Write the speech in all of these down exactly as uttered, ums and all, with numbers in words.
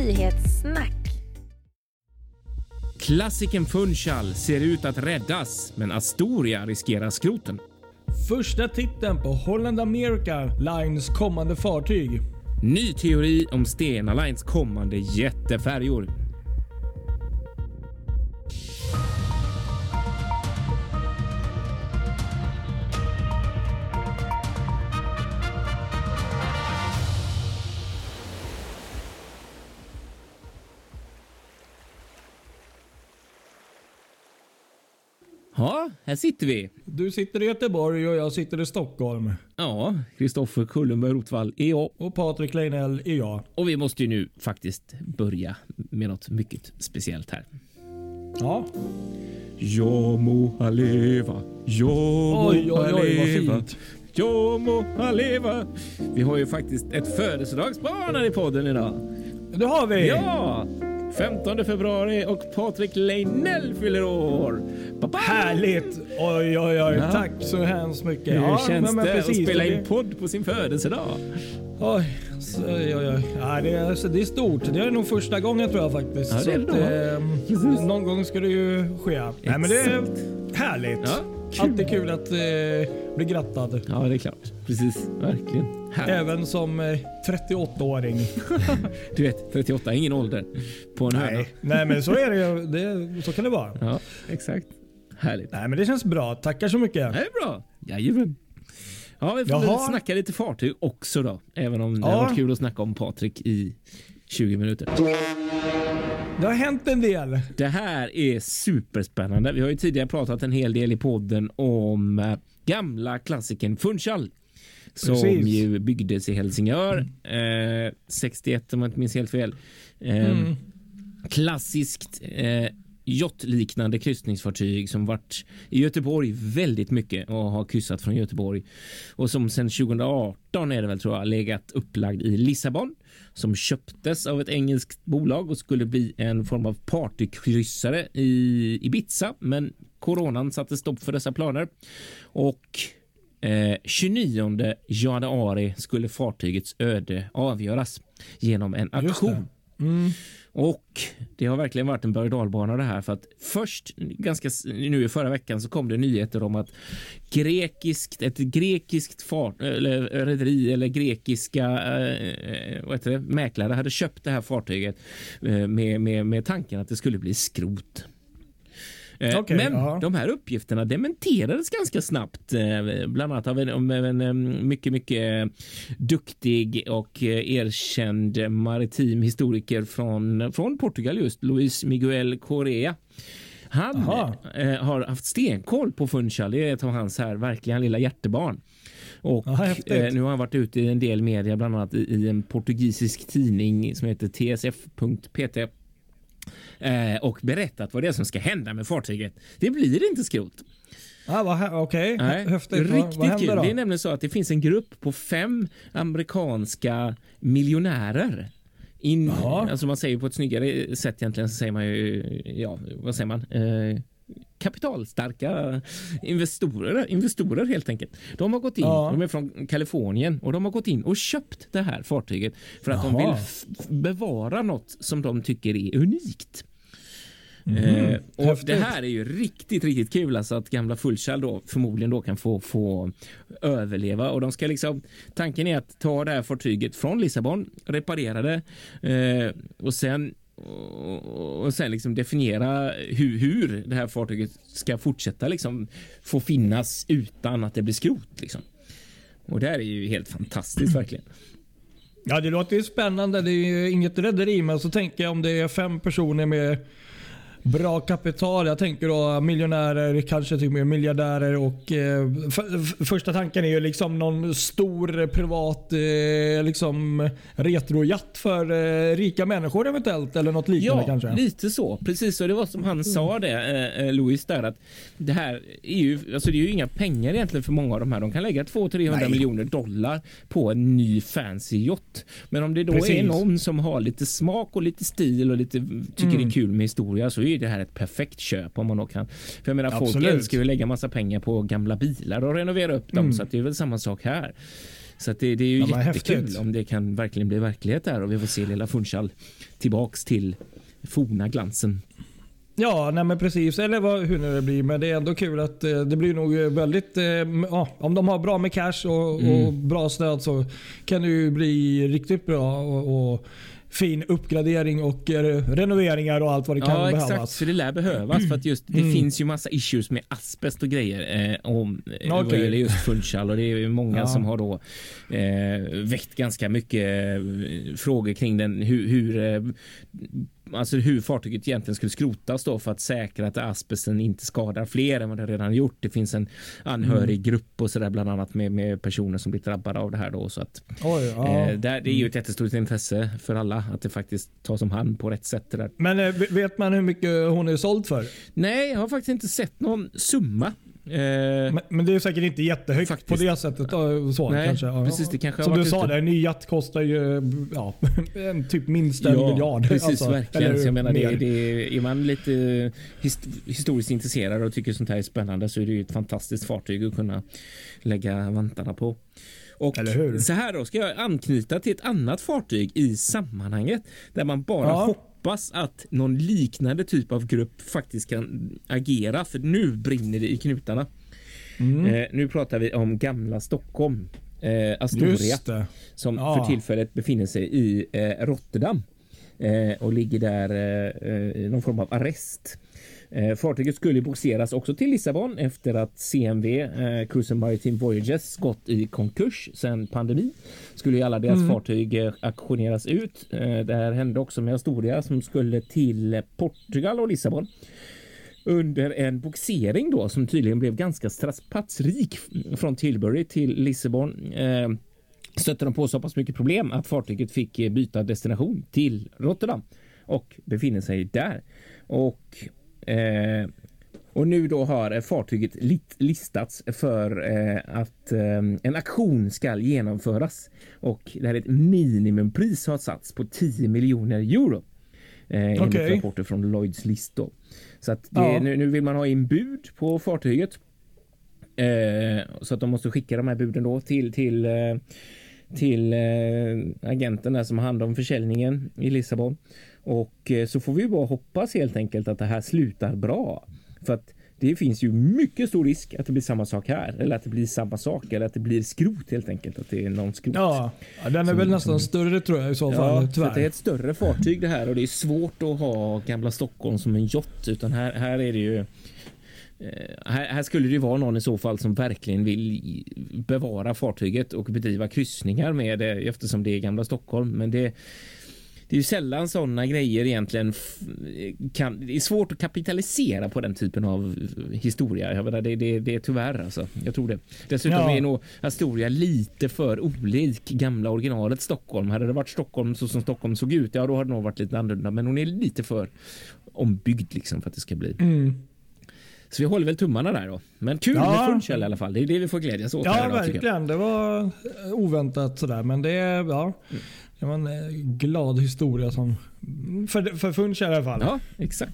Nyhetssnack. Klassiken Funchal ser ut att räddas, men Astoria riskerar skroten. Första titeln på Holland America Lines kommande fartyg. Ny teori om Stena Lines kommande jättefärjor. Ja, här sitter vi. Du sitter i Göteborg och jag sitter i Stockholm. Ja, Kristoffer Kullenberg Rotvall är jag. Och Patrik Leinell är jag. Och vi måste ju nu faktiskt börja med något mycket speciellt här. Ja. Jag må ha leva, jag må oj, oj, oj, ha leva, vad fint. jag må ha leva. Vi har ju faktiskt ett födelsedagsbarn här i podden idag. Det har vi! Ja! femtonde februari och Patrik Leinell fyller år. Pappa! Härligt! Oj, oj, oj. Ja. Tack så hemskt mycket. Hur ja, känns men det precis, att spela det... in podd på sin födelsedag? Oj, så, oj, oj. Ja, det, är, det är stort. Det är nog första gången tror jag faktiskt. Ja, det är så att, eh, någon gång ska det ju ske. Exakt. Nej, men det är härligt. Ja, kul. Alltid kul att eh, bli grattad. Ja, det är klart. Precis, verkligen. Härligt. Även som eh, trettioåttaåring. Du vet, trettioåtta är ingen ålder på en höna. Nej, nej, men så är det, det. Så kan det vara. Ja, exakt. Härligt. Nej, men det känns bra. Tackar så mycket. Det är bra. Jajamän. Ja, vi får Jaha. väl snacka lite fartyg också då. Även om det Ja. har varit kul att snacka om Patrik i tjugo minuter. Det har hänt en del. Det här är superspännande. Vi har ju tidigare pratat en hel del i podden om äh, gamla klassiken Funchal. Som Precis. ju byggdes i Helsingör. Mm. Eh, sextioett om jag inte minns helt fel. Eh, Mm. Klassiskt eh, yachtliknande kryssningsfartyg som varit i Göteborg väldigt mycket och har kryssat från Göteborg. Och som sedan tjugoarton är det väl tror jag legat upplagd i Lissabon. Som köptes av ett engelskt bolag och skulle bli en form av partykryssare i Ibiza. Men coronan satte stopp för dessa planer. Och eh, tjugonionde januari skulle fartygets öde avgöras genom en auktion. Mm. Och det har verkligen varit en berg- och dalbana det här, för att först ganska nu i förra veckan så kom det nyheter om att grekiskt ett grekiskt fart eller rederi eller grekiska eh, vad heter det, mäklare hade köpt det här fartyget eh, med med med tanken att det skulle bli skrot. Okay, men aha. de här uppgifterna dementerades ganska snabbt, bland annat av en, en mycket, mycket duktig och erkänd maritim historiker från, från Portugal, just Luis Miguel Correa. Han eh, har haft stenkoll på Funchal, det är ett av hans här verkligen lilla hjärtebarn. Och Aha, eh, nu har han varit ute i en del media, bland annat i, i en portugisisk tidning som heter T S F punkt P T. Eh, och berättat vad det är som ska hända med fartyget. Det blir inte skrot. Ah, vad, okej. Okay. Häftigt. Riktigt vad kul. Då? Det är nämligen så att det finns en grupp på fem amerikanska miljonärer. In, alltså man säger på ett snyggare sätt egentligen, så säger man ju, ja, vad säger man? Eh, kapitalstarka investorer, investorer helt enkelt. De har gått in, ja. de är från Kalifornien och de har gått in och köpt det här fartyget för att Jaha. de vill f- bevara något som de tycker är unikt. Mm. Eh, och Häftigt. Det här är ju riktigt, riktigt kul, alltså att gamla Funchal då förmodligen då kan få, få överleva, och de ska liksom, tanken är att ta det här fartyget från Lissabon, reparera det eh, och sen och sen liksom definiera hur, hur det här fartyget ska fortsätta liksom få finnas utan att det blir skrot liksom. Och det här är ju helt fantastiskt verkligen. Ja, det låter ju spännande. Det är ju inget rederi, men så tänker jag om det är fem personer med bra kapital. Jag tänker då miljonärer, kanske till och med miljardärer, och eh, f- första tanken är ju liksom någon stor privat eh, liksom retrojatt för eh, rika människor eventuellt, eller något liknande. Ja, kanske. Ja, lite så. Precis så. Det var som han mm. sa det, eh, Louis där, att det här är ju, alltså det är ju inga pengar egentligen för många av de här. De kan lägga två till trehundra miljoner dollar på en ny fancy yacht. Men om det då Precis. är någon som har lite smak och lite stil och lite tycker mm. det är kul med historia, så är det här ett perfekt köp om man då kan. För jag menar, Absolut. folk älskar ju att lägga massa pengar på gamla bilar och renovera upp dem, mm. så att det är väl samma sak här. Så att det, det är ju ja, jättekul häftigt. om det kan verkligen bli verklighet där och vi får se lilla Funchal tillbaks till forna glansen. Ja, nej men precis. Eller vad, hur nu det blir. Men det är ändå kul att eh, det blir nog väldigt... Eh, ja, om de har bra med cash och, Mm. och bra stöd så kan det ju bli riktigt bra och, och fin uppgradering och eh, renoveringar och allt vad det kan Ja, behövas. exakt. För det lär behövas för att just det Mm. finns ju massa issues med asbest och grejer eh, om eh, vad Okej. gäller just Funchal och det är ju många Ja. som har då eh, väckt ganska mycket eh, frågor kring den hur, hur eh, alltså hur fartyget egentligen skulle skrotas då för att säkra att asbesten inte skadar fler än vad det redan gjort. Det finns en anhörig grupp och så där bland annat med, med personer som blir drabbade av det här då så att Oj, ja. eh, där, det är ju ett jättestort intresse för alla att det faktiskt tas om hand på rätt sätt det där. Men eh, vet man hur mycket hon är såld för? Nej, jag har faktiskt inte sett någon summa. Eh, Men, men det är säkert inte jättehögt Faktiskt. på det sättet. eh, Så, Nej, kanske. Ja. precis, det kanske har Som du varit sa, ute- där, en ny jatt kostar ju ja, en typ minst en ja, miljard. precis, Alltså, verkligen. eller Så jag menar, det, mer. det, är man lite hist- historiskt intresserad och tycker sånt här är spännande så är det ju ett fantastiskt fartyg att kunna lägga vantarna på. Och Eller hur? så här då ska jag anknyta till ett annat fartyg i sammanhanget där man bara Ja. hoppas att någon liknande typ av grupp faktiskt kan agera för nu brinner det i knutarna. Mm. Eh, nu pratar vi om gamla Stockholm, eh, Astoria, Just det. som Ja. för tillfället befinner sig i eh, Rotterdam eh, och ligger där eh, i någon form av arrest. Eh, fartyget skulle boxeras också till Lissabon efter att C M V, eh, Cruise and Maritime Voyages, gått i konkurs sedan pandemin. Skulle ju alla deras Mm. fartyg eh, auktioneras ut. Eh, det här hände också med Astoria som skulle till Portugal och Lissabon under en boxering då som tydligen blev ganska strapatsrik från Tilbury till Lissabon. Eh, stötte de på så pass mycket problem att fartyget fick eh, byta destination till Rotterdam och befinner sig där. Och eh, och nu då har fartyget lit- listats för eh, att eh, en aktion ska genomföras och det här är ett minimumpris har satts på tio miljoner euro. Eh, enligt Okej. rapporter från Lloyds list då. Så att det, Ja. nu, nu vill man ha in bud på fartyget. Eh, så att de måste skicka de här buden då till till eh, till eh, agenten där som har hand om försäljningen i Lissabon. Och eh, så får vi bara hoppas helt enkelt att det här slutar bra. För att det finns ju mycket stor risk att det blir samma sak här. Eller att det blir samma sak. Eller att det blir skrot helt enkelt. Att det är någon skrot. Ja, ja, den är Som- väl nästan som- större tror jag i så Ja, fall. för att det är Tyvärr. ett större fartyg det här. Och det är svårt att ha gamla Stockholm som en yacht. Utan här, här är det ju... eh, Här, här skulle det ju vara någon i så fall som verkligen vill bevara fartyget och bedriva kryssningar med det eftersom det är gamla Stockholm. Men det, det är ju sällan sådana grejer egentligen f- kan, det är svårt att kapitalisera på den typen av historia. Jag menar, det, det, det är tyvärr alltså. Jag tror det. Dessutom Ja. är nog Astoria lite för olik gamla originalet Stockholm. Hade det varit Stockholm så som Stockholm såg ut, ja då hade det nog varit lite annorlunda. Men hon är lite för ombyggd liksom för att det ska bli. Mm. Så vi håller väl tummarna där då. Men kul Ja. med Funchal i alla fall. Det är det vi får glädjas åt här Ja, idag, tycker jag. verkligen. Det var eh, oväntat sådär. Men det, är- ja, det var en eh, glad historia som för, för Funch i alla fall. Ja, exakt.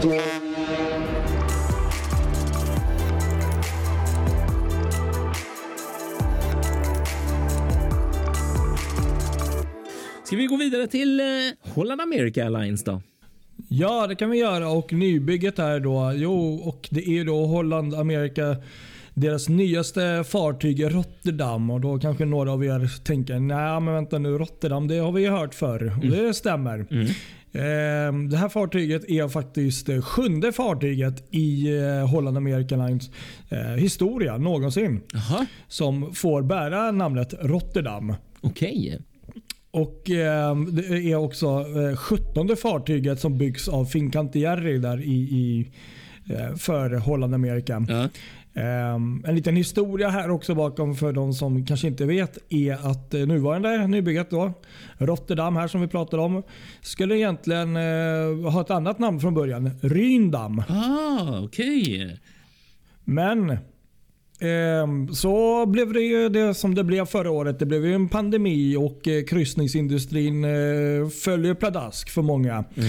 Ska vi gå vidare till eh, Holland America Airlines då? Ja, det kan vi göra. Och nybygget är då, jo, och det är ju då Holland America, deras nyaste fartyg i Rotterdam. Och då kanske några av er tänker, nej men vänta nu, Rotterdam, det har vi ju hört förr. Och det stämmer. Mm. Eh, det här fartyget är faktiskt det sjunde fartyget i eh, Holland America Lines eh, historia någonsin Jaha, som får bära namnet Rotterdam. okej. Och eh, det är också eh, sjuttonde fartyget som byggs av Fincantieri där i, i, eh, för Holland America. Ja. Eh, en liten historia här också bakom för de som kanske inte vet är att eh, nuvarande nybygget då, Rotterdam här som vi pratade om, skulle egentligen eh, ha ett annat namn från början. Ryndam. Ah, okej. Men Ehm, så blev det ju det som det blev förra året. Det blev ju en pandemi och eh, kryssningsindustrin eh, föll ju pladask för många. Mm.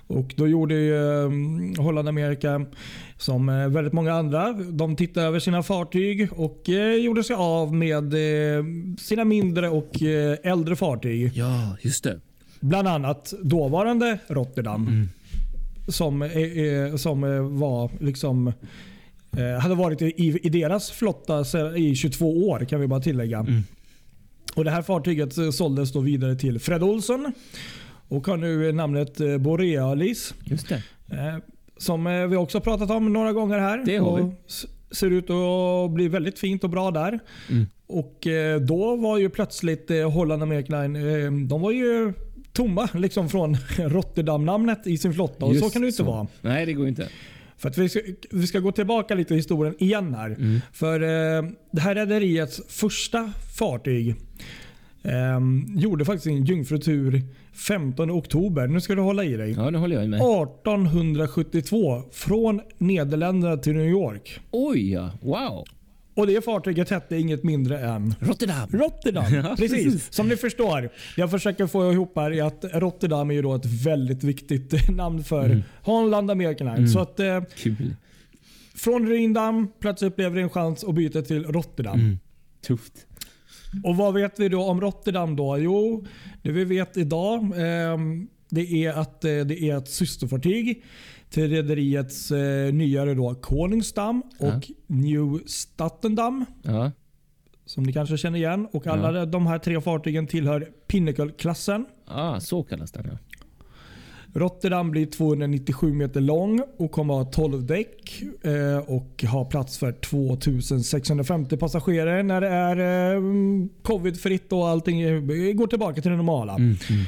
Och då gjorde ju eh, Holland Amerika som eh, väldigt många andra. De tittade över sina fartyg och eh, gjorde sig av med eh, sina mindre och eh, äldre fartyg. Ja, just det. Bland annat dåvarande Rotterdam. Mm. Som, eh, eh, som eh, var liksom eh, hade varit i, i deras flotta i tjugotvå år kan vi bara tillägga. Mm. Och det här fartyget eh, såldes då vidare till Fred Olsson. Och har nu namnet Borealis. Just det. Eh, som eh, vi också pratat om några gånger här. Det har vi. Och s- ser ut att bli väldigt fint och bra där. Mm. Och eh, då var ju plötsligt eh, Holland America Line, eh, de var ju tomma liksom från Rotterdam-namnet i sin flotta. Och Just så kan det inte så. vara. Nej, det går inte. För att vi ska, vi ska gå tillbaka lite i historien igen här. Mm. För eh, det här rederiets första fartyg eh, gjorde faktiskt en jungfrutur femtonde oktober. Nu ska du hålla i dig. Ja, nu håller jag med. artonhundrasjuttiotvå från Nederländerna till New York. Oj, ja. Wow. Och det fartyget hette inget mindre än Rotterdam. Rotterdam. Ja, precis. precis. Som ni förstår. Jag försöker få ihop här är att Rotterdam är ju då ett väldigt viktigt namn för Mm. Holland America Line. Mm. Så att eh, Kul. från Rindam plötsligt blev det en chans att byta till Rotterdam. Mm. Tufft. Och vad vet vi då om Rotterdam då? Jo, det vi vet idag eh, det är att eh, det är ett systerfartyg till rederiets eh, nyare då Koningsdam och Ja. New Statendam. Ja. Som ni kanske känner igen. Och alla Ja. de här tre fartygen tillhör Pinnacle-klassen. Ah, så kallas den. Ja. Rotterdam blir tvåhundranittiosju meter lång och kommer att ha tolv däck eh, och ha plats för tvåtusensexhundrafemtio passagerare när det är eh, covidfritt och allting eh, går tillbaka till det normala. Mm. Mm.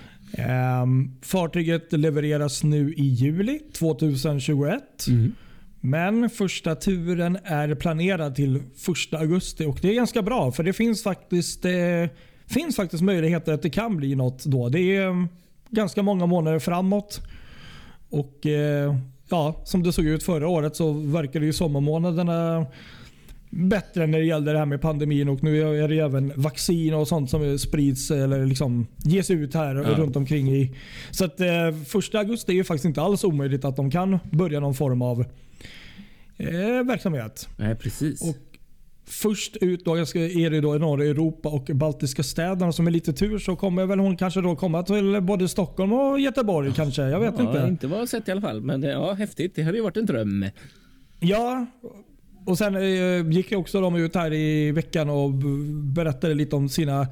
Eh, fartyget levereras nu i juli tjugohundratjugoett. Mm. Men första turen är planerad till första augusti och det är ganska bra för det finns faktiskt, eh, finns faktiskt möjligheter att det kan bli något då. Det är eh, ganska många månader framåt. Och eh, ja, som det såg ut förra året så verkar det ju sommarmånaderna bättre när det gällde det här med pandemin och nu är det även vaccin och sånt som sprids eller liksom ges ut här Ja. runt omkring i. Så att eh, första augusti är ju faktiskt inte alls omöjligt att de kan börja någon form av eh, verksamhet. Nej, precis. Och först ut då är det då i norra Europa och baltiska städerna som är lite tur så kommer väl hon kanske då komma till både Stockholm och Göteborg kanske. Jag vet ja, inte. Inte vad jag sett i alla fall. Men det, ja, häftigt. Det hade ju varit en dröm. Ja, och sen eh, gick också de ut här i veckan och b- berättade lite om sina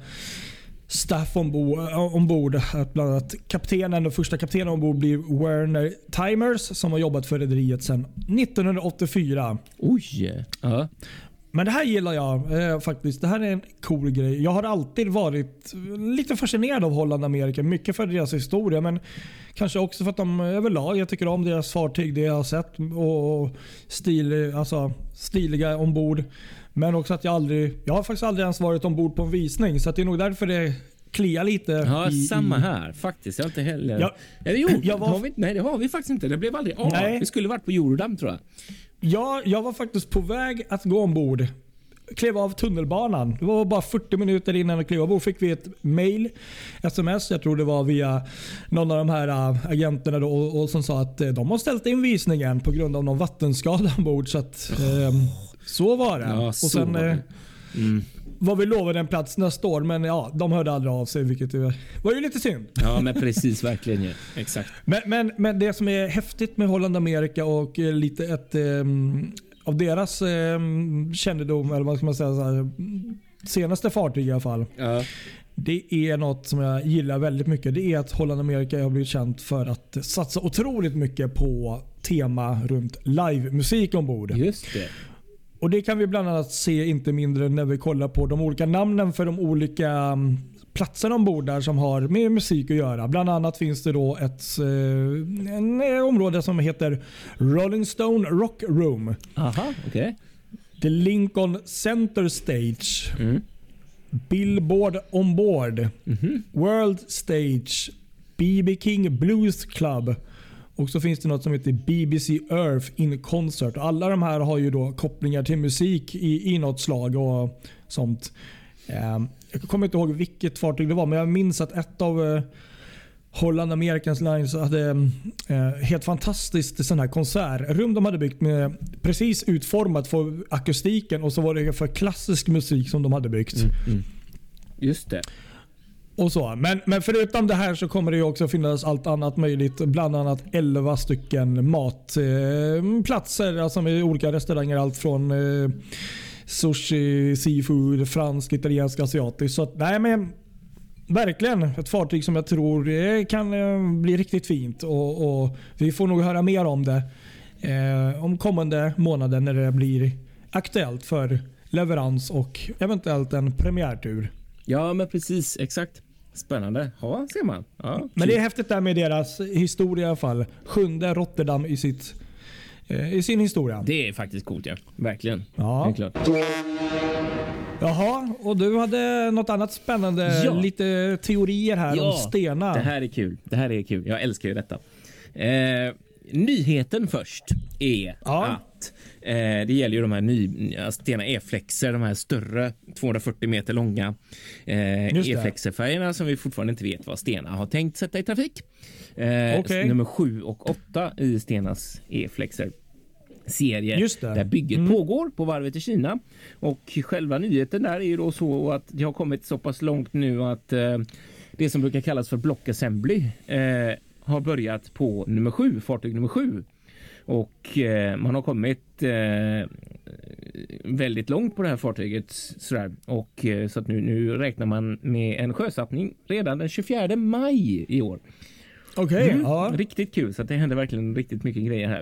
staff ombord. ombord. Att bland annat kaptenen, den första kaptenen ombord blir Werner Timers som har jobbat för rederiet sedan nittonhundraåttiofyra. Oj. Ja. Men det här gillar jag eh, faktiskt. Det här är en cool grej. Jag har alltid varit lite fascinerad av Holland Amerika. Mycket för deras historia men kanske också för att de överlag, jag tycker om deras fartyg, det jag har sett och stil, alltså, stiliga ombord. Men också att jag aldrig, jag har faktiskt aldrig ens varit ombord på en visning så att det är nog därför det kliar lite. Ja, i, samma i, här faktiskt. Jag har inte heller... Ja, Eller jo, jag var- har vi, nej det har vi faktiskt inte. Det blev aldrig av. Nej. Vi skulle varit på Jordan tror jag. Ja, jag var faktiskt på väg att gå ombord. Klev av tunnelbanan. Det var bara fyrtio minuter innan jag klev ombord fick vi ett mail, sms. Jag tror det var via någon av de här äh, agenterna då, och, och som sa att äh, de har ställt in visningen på grund av någon vattenskada ombord. Så, att, äh, så var det. Ja, och så sen var det. äh, Mm. var vi lovade en plats nästa år men ja, de hörde aldrig av sig vilket ju var ju lite synd. Ja, men precis. Verkligen ju. Exakt. Men, men, men det som är häftigt med Holland Amerika och eh, lite ett um, av deras um, kännedom, eller vad ska man säga, så här, senaste fartyg i alla fall. Ja. Det är något som jag gillar väldigt mycket. Det är att Holland Amerika har blivit känt för att satsa otroligt mycket på tema runt livemusik ombord. Just det. Och det kan vi bland annat se inte mindre när vi kollar på de olika namnen för de olika um, platserna ombord där som har med musik att göra. Bland annat finns det då ett eh, en, eh, område som heter Rolling Stone Rock Room. Aha, okej. Okay. The Lincoln Center Stage. Mm. Billboard Onboard. Mm-hmm. World Stage. B B King Blues Club. Och så finns det något som heter B B C Earth in Concert. Alla de här har ju då kopplingar till musik i, i något slag och sånt. Um, jag kommer inte ihåg vilket fartyg det var men jag minns att ett av uh, Holland Americans Lines hade eh, helt fantastiskt sån här konsertrum de hade byggt med precis utformat för akustiken och så var det för klassisk musik som de hade byggt. Mm, mm. Just det. Och så. Men, men förutom det här så kommer det ju också finnas allt annat möjligt. Bland annat elva stycken matplatser. Eh, alltså med olika restauranger. Allt från eh, sushi, seafood, fransk, italiensk, asiatisk. Så att, nej men verkligen ett fartyg som jag tror eh, kan eh, bli riktigt fint. Och, och vi får nog höra mer om det eh, om kommande månader när det blir aktuellt för leverans och eventuellt en premiärtur. Ja, men precis. Exakt. Spännande. Ja, ser man. Ja, men det är häftigt där med deras historia i alla fall. Sjunde Rotterdam i, sitt, eh, i sin historia. Det är faktiskt coolt, ja. Verkligen. Ja. Det är klart. Jaha, och du hade något annat spännande. Ja. Lite teorier här ja. om stenar. Det här är kul. Det här är kul. Jag älskar ju detta. Eh, nyheten först är ja. att eh, det gäller ju de här nya Stena E-flexer, de här större tvåhundrafyrtio meter långa eh, E-flexerfärgerna som vi fortfarande inte vet vad Stena har tänkt sätta i trafik. Eh, okay. Nummer sju och åtta i Stenas E-flexer serie där bygget mm. pågår på varvet i Kina, och själva nyheten där är ju då så att det har kommit så pass långt nu att eh, det som brukar kallas för block assembly eh, har börjat på nummer sju, fartyg nummer sju. Och eh, man har kommit eh, väldigt långt på det här fartyget sådär. Och eh, så att nu, nu räknar man med en sjösättning redan den tjugofjärde maj i år. Okej, okay, mm, ja. Riktigt kul, så att det händer verkligen riktigt mycket grejer här.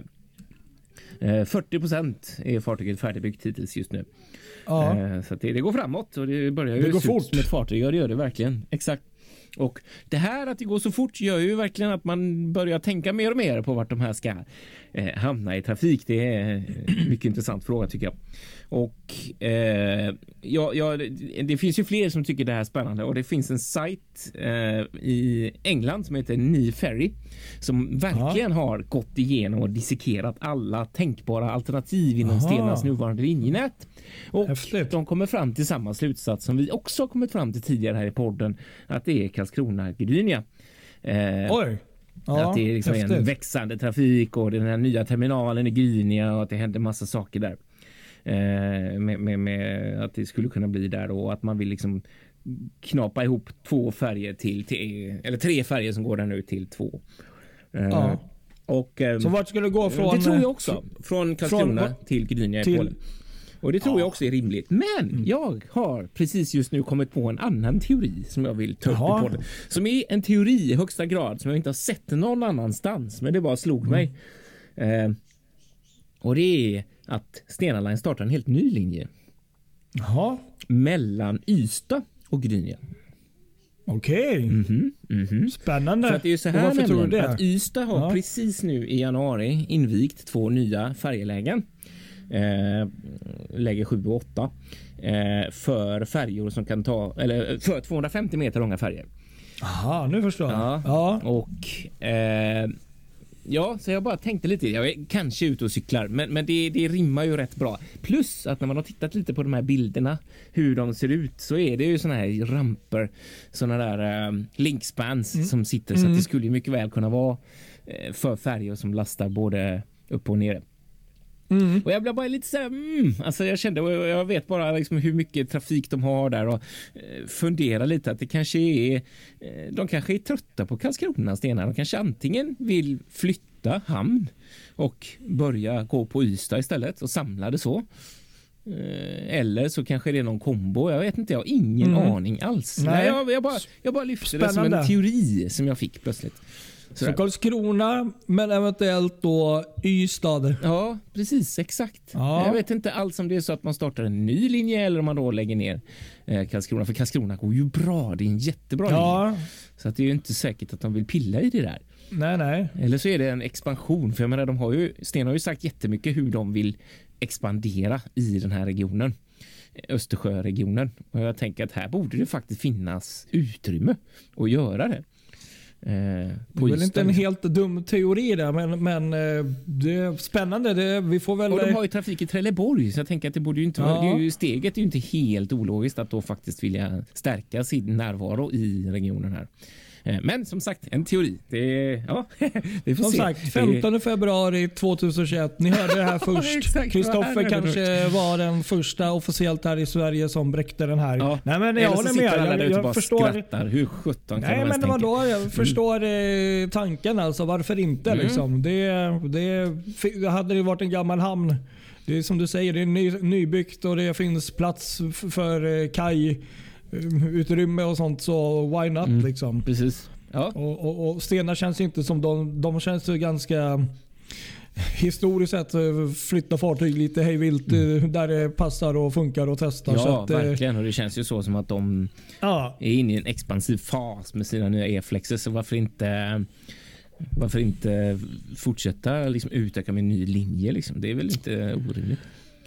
Eh, fyrtio procent är fartyget färdigbyggt hittills just nu. Ja. Eh, så att det, det går framåt och det börjar ju det går se fort. ut som ett fartyg. Ja, det gör det verkligen. Exakt. Och det här att det går så fort gör ju verkligen att man börjar tänka mer och mer på vart de här ska eh, hamna i trafik. Det är en mycket intressant fråga tycker jag. Och eh, ja, ja, det finns ju fler som tycker det här är spännande, och det finns en sajt eh, i England som heter New Ferry som verkligen ja. har gått igenom och dissekerat alla tänkbara alternativ inom Aha. Stenas nuvarande linjenät. Och Häftigt. de kommer fram till samma slutsats som vi också har kommit fram till tidigare här i podden, att det är Karlskrona-Gdynia. Eh, Oj! Ja, att det är liksom en växande trafik och den här nya terminalen i Gdynia och att det händer massa saker där. Eh, med, med, med att det skulle kunna bli där, och att man vill liksom knapa ihop två färger till, till eller tre färger som går där nu till två. Eh, ja. och, eh, så vart skulle det gå från? Det tror jag också. Från Karlskrona från, till Gdynia till, i Polen. Och det tror ja. jag också är rimligt. Men mm. jag har precis just nu kommit på en annan teori som jag vill ta upp Jaha. i podden. Som är en teori i högsta grad som jag inte har sett någon annanstans. Men det bara slog mm. mig. Eh, och det är att Stena Line startar en helt ny linje. Jaha. Mellan Ystad och Gdynia. Okej. Okay. Mm-hmm, mm-hmm. Spännande. För att det är ju så här nämligen att Ystad har ja. precis nu i januari invigt två nya färjelägen. Eh, läge sju och åtta eh, för färjor som kan ta, eller för tvåhundrafemtio meter långa färger. Aha, nu förstår jag. Ja, ja. Och eh, ja, så jag bara tänkte lite, jag är kanske ute och cyklar, men, men det, det rimmar ju rätt bra. Plus att när man har tittat lite på de här bilderna, hur de ser ut, så är det ju såna här ramper, såna där eh, linkspans mm. som sitter, så att det skulle ju mycket väl kunna vara eh, för färjor som lastar både upp och ner. Mm. Och jag blev bara lite så här, mm, alltså jag kände, och jag vet bara liksom hur mycket trafik de har där, och eh, fundera lite att det kanske är eh, de kanske är trötta på Karlskrona Stena. De kanske antingen vill flytta hamn och börja gå på Ystad istället och samla det så. Eh, eller så kanske det är någon kombo. Jag vet inte, jag har ingen mm. aning alls. Nej. Nej, jag, jag, bara, jag bara lyfter Spännande. det som en teori som jag fick plötsligt. Så Karlskrona, men eventuellt då Ystad. Ja, precis, exakt. Ja. Jag vet inte alls om det är så att man startar en ny linje eller om man då lägger ner eh, Karlskrona. För Karlskrona går ju bra, det är en jättebra ja. linje. Så att det är ju inte säkert att de vill pilla i det där. Nej, nej. Eller så är det en expansion. För jag menar, de har ju, Sten har ju sagt jättemycket hur de vill expandera i den här regionen. Östersjöregionen. Och jag tänker att här borde det faktiskt finnas utrymme att göra det. Eh, det är väl inte en helt dum teori där, men, men eh, det är spännande. Det, vi får väl... Och de har ju trafik i Trelleborg, så jag tänker att det borde ju inte vara, ja. det är ju, steget är ju inte helt ologiskt att då faktiskt vilja stärka sin närvaro i regionen här. Men som sagt, en teori. Det, ja, vi får som se. sagt, femtonde februari tjugohundratjugoett. Ni hörde det här först. Kristoffer kanske var den första officiellt här i Sverige som bräckte den här. Ja. Nej, men jag håller med. Jag, jag, jag förstår. Skrattar. Hur sjutton kan Nej, men det var då jag förstår mm. tanken. Alltså, varför inte? Mm. Liksom. Det, det, det hade det varit en gammal hamn. Det är som du säger, det är ny, nybyggt och det finns plats för kaj, utrymme och sånt, så why not mm. liksom. Precis. Ja. Och, och, och stenar känns inte som de, de känns ju ganska historiskt sett flytta fartyg lite hejvilt mm. där det passar och funkar och testar. Ja, så att, verkligen. Och det känns ju så som att de ja. är inne i en expansiv fas med sina nya E-flexer, så varför inte Varför inte fortsätta liksom utöka med en ny linje? Liksom? Det är väl inte orimligt.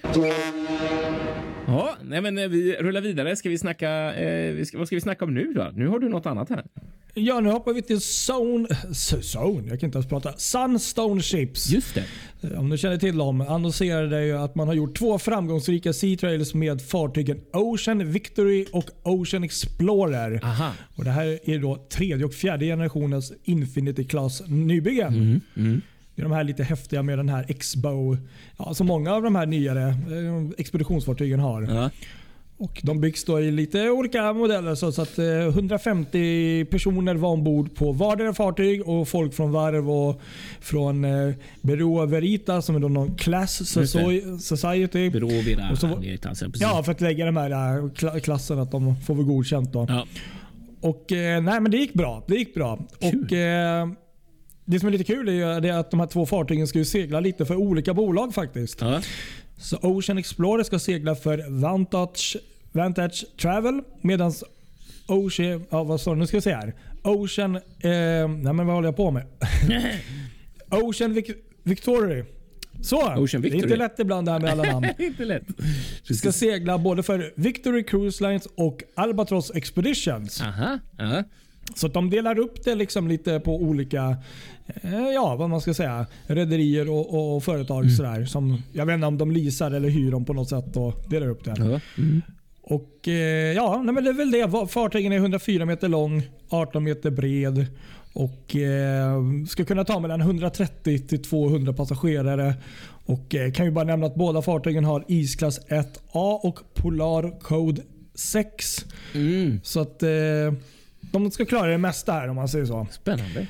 Ja, nej men vi rullar vidare. Ska vi snacka, eh, vi ska, vad ska vi snacka om nu då? Nu har du något annat här. Ja, nu hoppar vi till Zone... Zone? Jag kan inte ens prata. Sunstone Ships. Just det. Om du känner till dem, annonserade ju att man har gjort två framgångsrika Sea Trails med fartygen Ocean Victory och Ocean Explorer. Aha. Och det här är då tredje och fjärde generationens Infinity Class nybyggen. Mm, mm. Det är de här lite häftiga med den här X-Bow. Ja, som många av de här nyare expeditionsfartygen har. Ja. Och de byggs då i lite olika modeller, så att hundrafemtio personer var ombord på vardera society och folk från varv och från eh, Bureau Veritas som är då någon class society. Bureau Veritas, ja, för att lägga de här äh, klassen att de får väl godkänt då. Ja. Och eh, nej, men det gick bra. Det gick bra. Kul. Och eh, det som är lite kul är, är att de här två fartygen ska ju segla lite för olika bolag faktiskt. Ja. Så Ocean Explorer ska segla för Vantage, Vantage Travel, medan Ocean, ja, vad står det? Nu ska jag se här. Ocean, eh, nej men vad håller jag på med? Ocean Vic, Victory. Så, Ocean Victory. Det är inte lätt ibland det här med alla namn. Inte lätt. Ska segla både för Victory Cruise Lines och Albatross Expeditions. Aha, aha. Så att de delar upp det liksom lite på olika, eh, ja vad man ska säga, rederier och, och företag mm. sådär. Som, jag vet inte om de leasar eller hyr dem på något sätt och delar upp det. Ja. Mm. Och eh, ja, nej, men det är väl det. Fartygen är hundrafyra meter lång, arton meter bred och eh, ska kunna ta mellan hundratrettio till tvåhundra passagerare. Och eh, kan ju bara nämna att båda fartygen har isklass ett A och Polar Code sex. Mm. Så att eh, de ska klara det mesta här om man säger så. Spännande.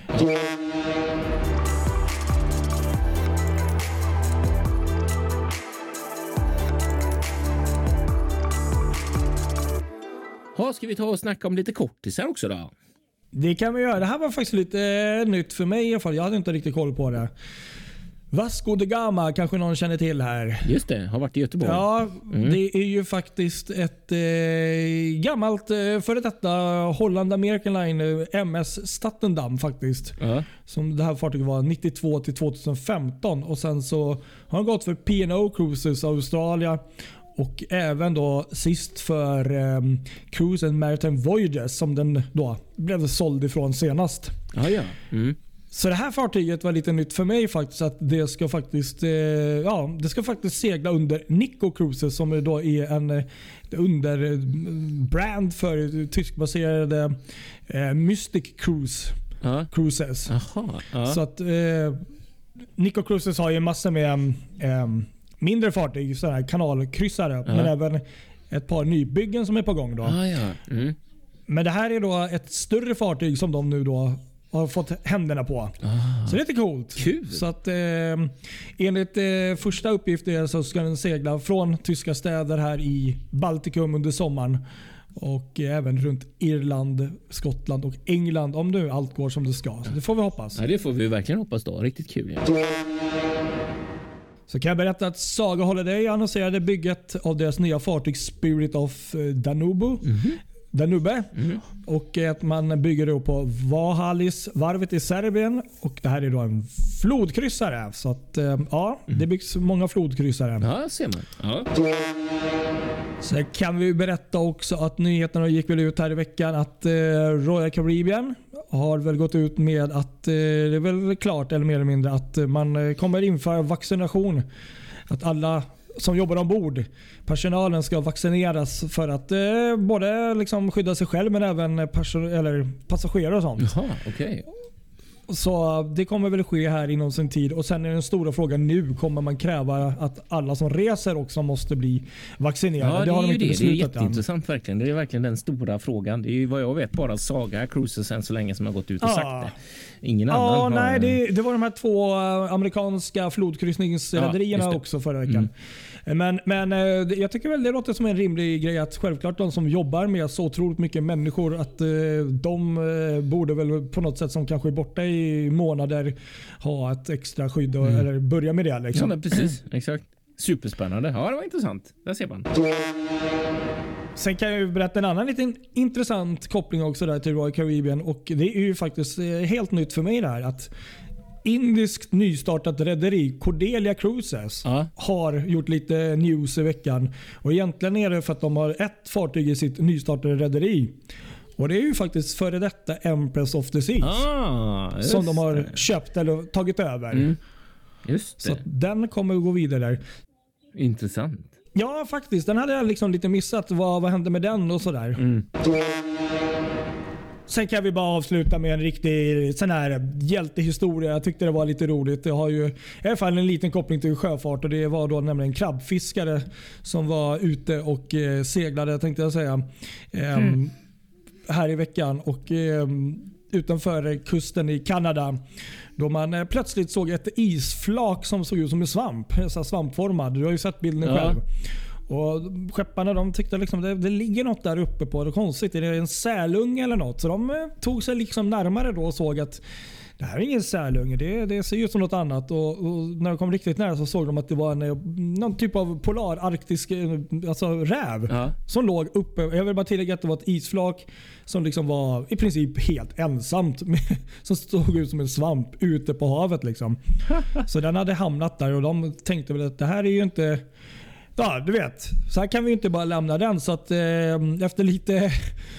Ha, ska vi ta och snacka om lite kortisar också då? Det kan vi göra. Det här var faktiskt lite nytt för mig i alla fall. Jag hade inte riktigt koll på det. Vasco da Gama kanske någon känner till här. Just det, har varit i Göteborg. Ja, mm. det är ju faktiskt ett eh, gammalt eh, före detta Holland American Line M S Statendam faktiskt. Uh. Som det här fartyget var nittiotvå till tjugohundrafemton och sen så har han gått för P and O Cruises Australia och även då sist för eh, Cruise and Maritime Voyages som den då blev såld ifrån senast. Ah, ja. Mm. Så det här fartyget var lite nytt för mig faktiskt, att det ska faktiskt eh, ja, det ska faktiskt segla under Nico Cruises som då är en eh, underbrand för tyskbaserade eh, Mystic Cruise uh. Cruises. Aha, uh. Så att eh, Nico Cruises har ju massor med eh, mindre fartyg, sådana här kanalkryssare, uh. men även ett par nybyggen som är på gång då. Ah, ja. Mm. Men det här är då ett större fartyg som de nu då har fått händerna på. Ah, så det är lite coolt. Kul. Så att eh, enligt eh, första uppgifter så ska den segla från tyska städer här i Baltikum under sommaren och eh, även runt Irland, Skottland och England om nu allt går som det ska. Så det får vi hoppas. Ja, det får vi verkligen hoppas då. Riktigt kul. Ja. Så kan jag berätta att Saga Holiday annonserade bygget av deras nya fartyg Spirit of Danube. Mm-hmm. Danube. Mm. Och att man bygger då på Vahalis varvet i Serbien och det här är då en flodkryssare så att ja, mm. det byggs många flodkryssare. Ja, ser man. Ja. Så kan vi berätta också att nyheterna gick väl ut här i veckan att eh, Royal Caribbean har väl gått ut med att eh, det är väl klart eller mer eller mindre att man kommer införa vaccination. Att alla som jobbar ombord. Personalen ska vaccineras för att eh, både liksom skydda sig själv men även perso- eller passagerare och sånt. Jaha, okej. Okay. Så det kommer väl ske här inom sin tid. Och sen är den stora frågan nu, kommer man kräva att alla som reser också måste bli vaccinerade? Ja, det, det har är de ju inte det. Det är beslutat än. jätteintressant verkligen. Det är verkligen den stora frågan. Det är ju vad jag vet bara Saga Cruises än så länge som har gått ut och Ja. sagt det. Ingen Ja, annan har... nej, det, det var de här två amerikanska flodkryssningsrederierna Ja, också förra veckan. Mm. Men, men jag tycker väl det låter som en rimlig grej att självklart de som jobbar med så otroligt mycket människor att de borde väl på något sätt som kanske är borta i månader ha ett extra skydd och, mm. eller börja med det. Liksom. Ja, men precis. Exakt. Superspännande. Ja, det var intressant. Där ser man. Sen kan jag ju berätta en annan liten intressant koppling också där till Royal Caribbean. Och det är ju faktiskt helt nytt för mig där att indiskt nystartat rederi Cordelia Cruises ja. har gjort lite news i veckan. Och egentligen är det för att de har ett fartyg i sitt nystartade rederi. Och det är ju faktiskt före detta Empress of the Seas. Ah, som de har det. köpt eller tagit över. Mm. Just det. Så den kommer att gå vidare. Intressant. Ja, faktiskt. Den hade jag liksom lite missat. Vad, vad hände med den och sådär. Mm. Sen kan vi bara avsluta med en riktig sån här hjältehistoria. Jag tyckte det var lite roligt. Det har ju i alla fall en liten koppling till sjöfart. Och det var då nämligen krabbfiskare som var ute och eh, seglade, tänkte jag säga. Eh, mm. Här i veckan. Och eh, utanför kusten i Kanada. Då man eh, plötsligt såg ett isflak som såg ut som en svamp. Så svampformad. Du har ju sett bilden ja. själv. Och skepparna de tyckte liksom det, det ligger något där uppe på det konstigt. Är det en sälunge eller något? Så de eh, tog sig liksom närmare då och såg att det här är ingen sälunge. Det, det ser ut som något annat. Och, och när de kom riktigt nära så såg de att det var en, någon typ av polararktisk alltså räv ja. som låg uppe. Jag vill bara tillägga att det var ett isflak som liksom var i princip helt ensamt. Med, som stod ut som en svamp ute på havet. Liksom. Så den hade hamnat där och de tänkte väl att det här är ju inte... Ja, du vet. Så här kan vi inte bara lämna den. Så att eh, efter lite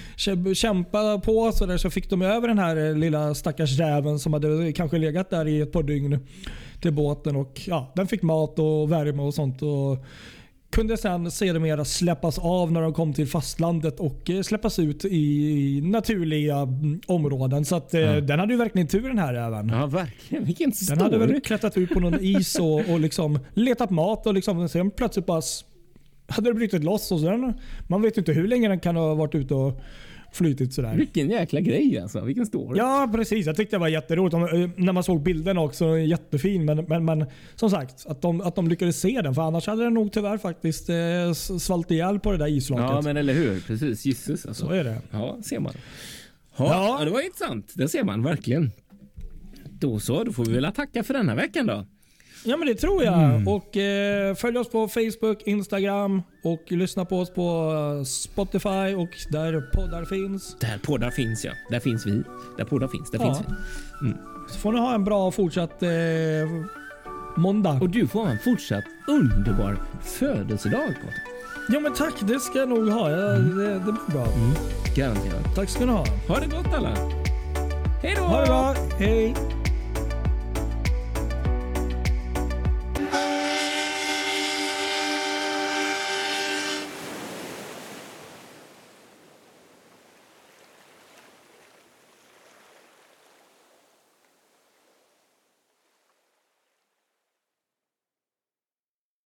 kämpa på så, där, så fick de över den här lilla stackars räven som hade kanske legat där i ett par dygn till båten. Och ja, den fick mat och värme och sånt. Och kunde sen sedermera släppas av när de kom till fastlandet och eh, släppas ut i naturliga mm, områden. Så att, eh, ja. den hade ju verkligen tur den här räven. Ja, verkligen. Vilken story. Den hade väl klättrat ut på någon is och, och liksom letat mat och liksom, sen plötsligt bara hade det brutit loss. Och så den, man vet inte hur länge den kan ha varit ute och flytit sådär. Vilken jäkla grej alltså. Vilken story. Ja, precis. Jag tyckte det var jätteroligt. När man såg bilden också, jättefin. Men, men, men som sagt, att de, att de lyckades se den. För annars hade den nog tyvärr faktiskt eh, svalt ihjäl på det där isflaket. Ja, men eller hur? Precis. Jesus alltså. Så är det. Ja, ser man. Ja, ja. ja, det var intressant. Det ser man verkligen. Då så, då får vi väl tacka för denna veckan då. Ja, men det tror jag. Mm. Och eh, följ oss på Facebook, Instagram och lyssna på oss på Spotify och där poddar finns. Där poddar finns, ja. Där finns vi. Där poddar finns, där ja. finns vi. Mm. Så får ni ha en bra fortsatt eh, måndag. Och du får ha en fortsatt underbar födelsedag, Patrik. Ja, men tack. Det ska jag nog ha. Ja, mm. det, det blir bra. Mm. Garanterat. Tack ska ni ha. Ha det gott alla. Hej då! Ha det bra. Hej!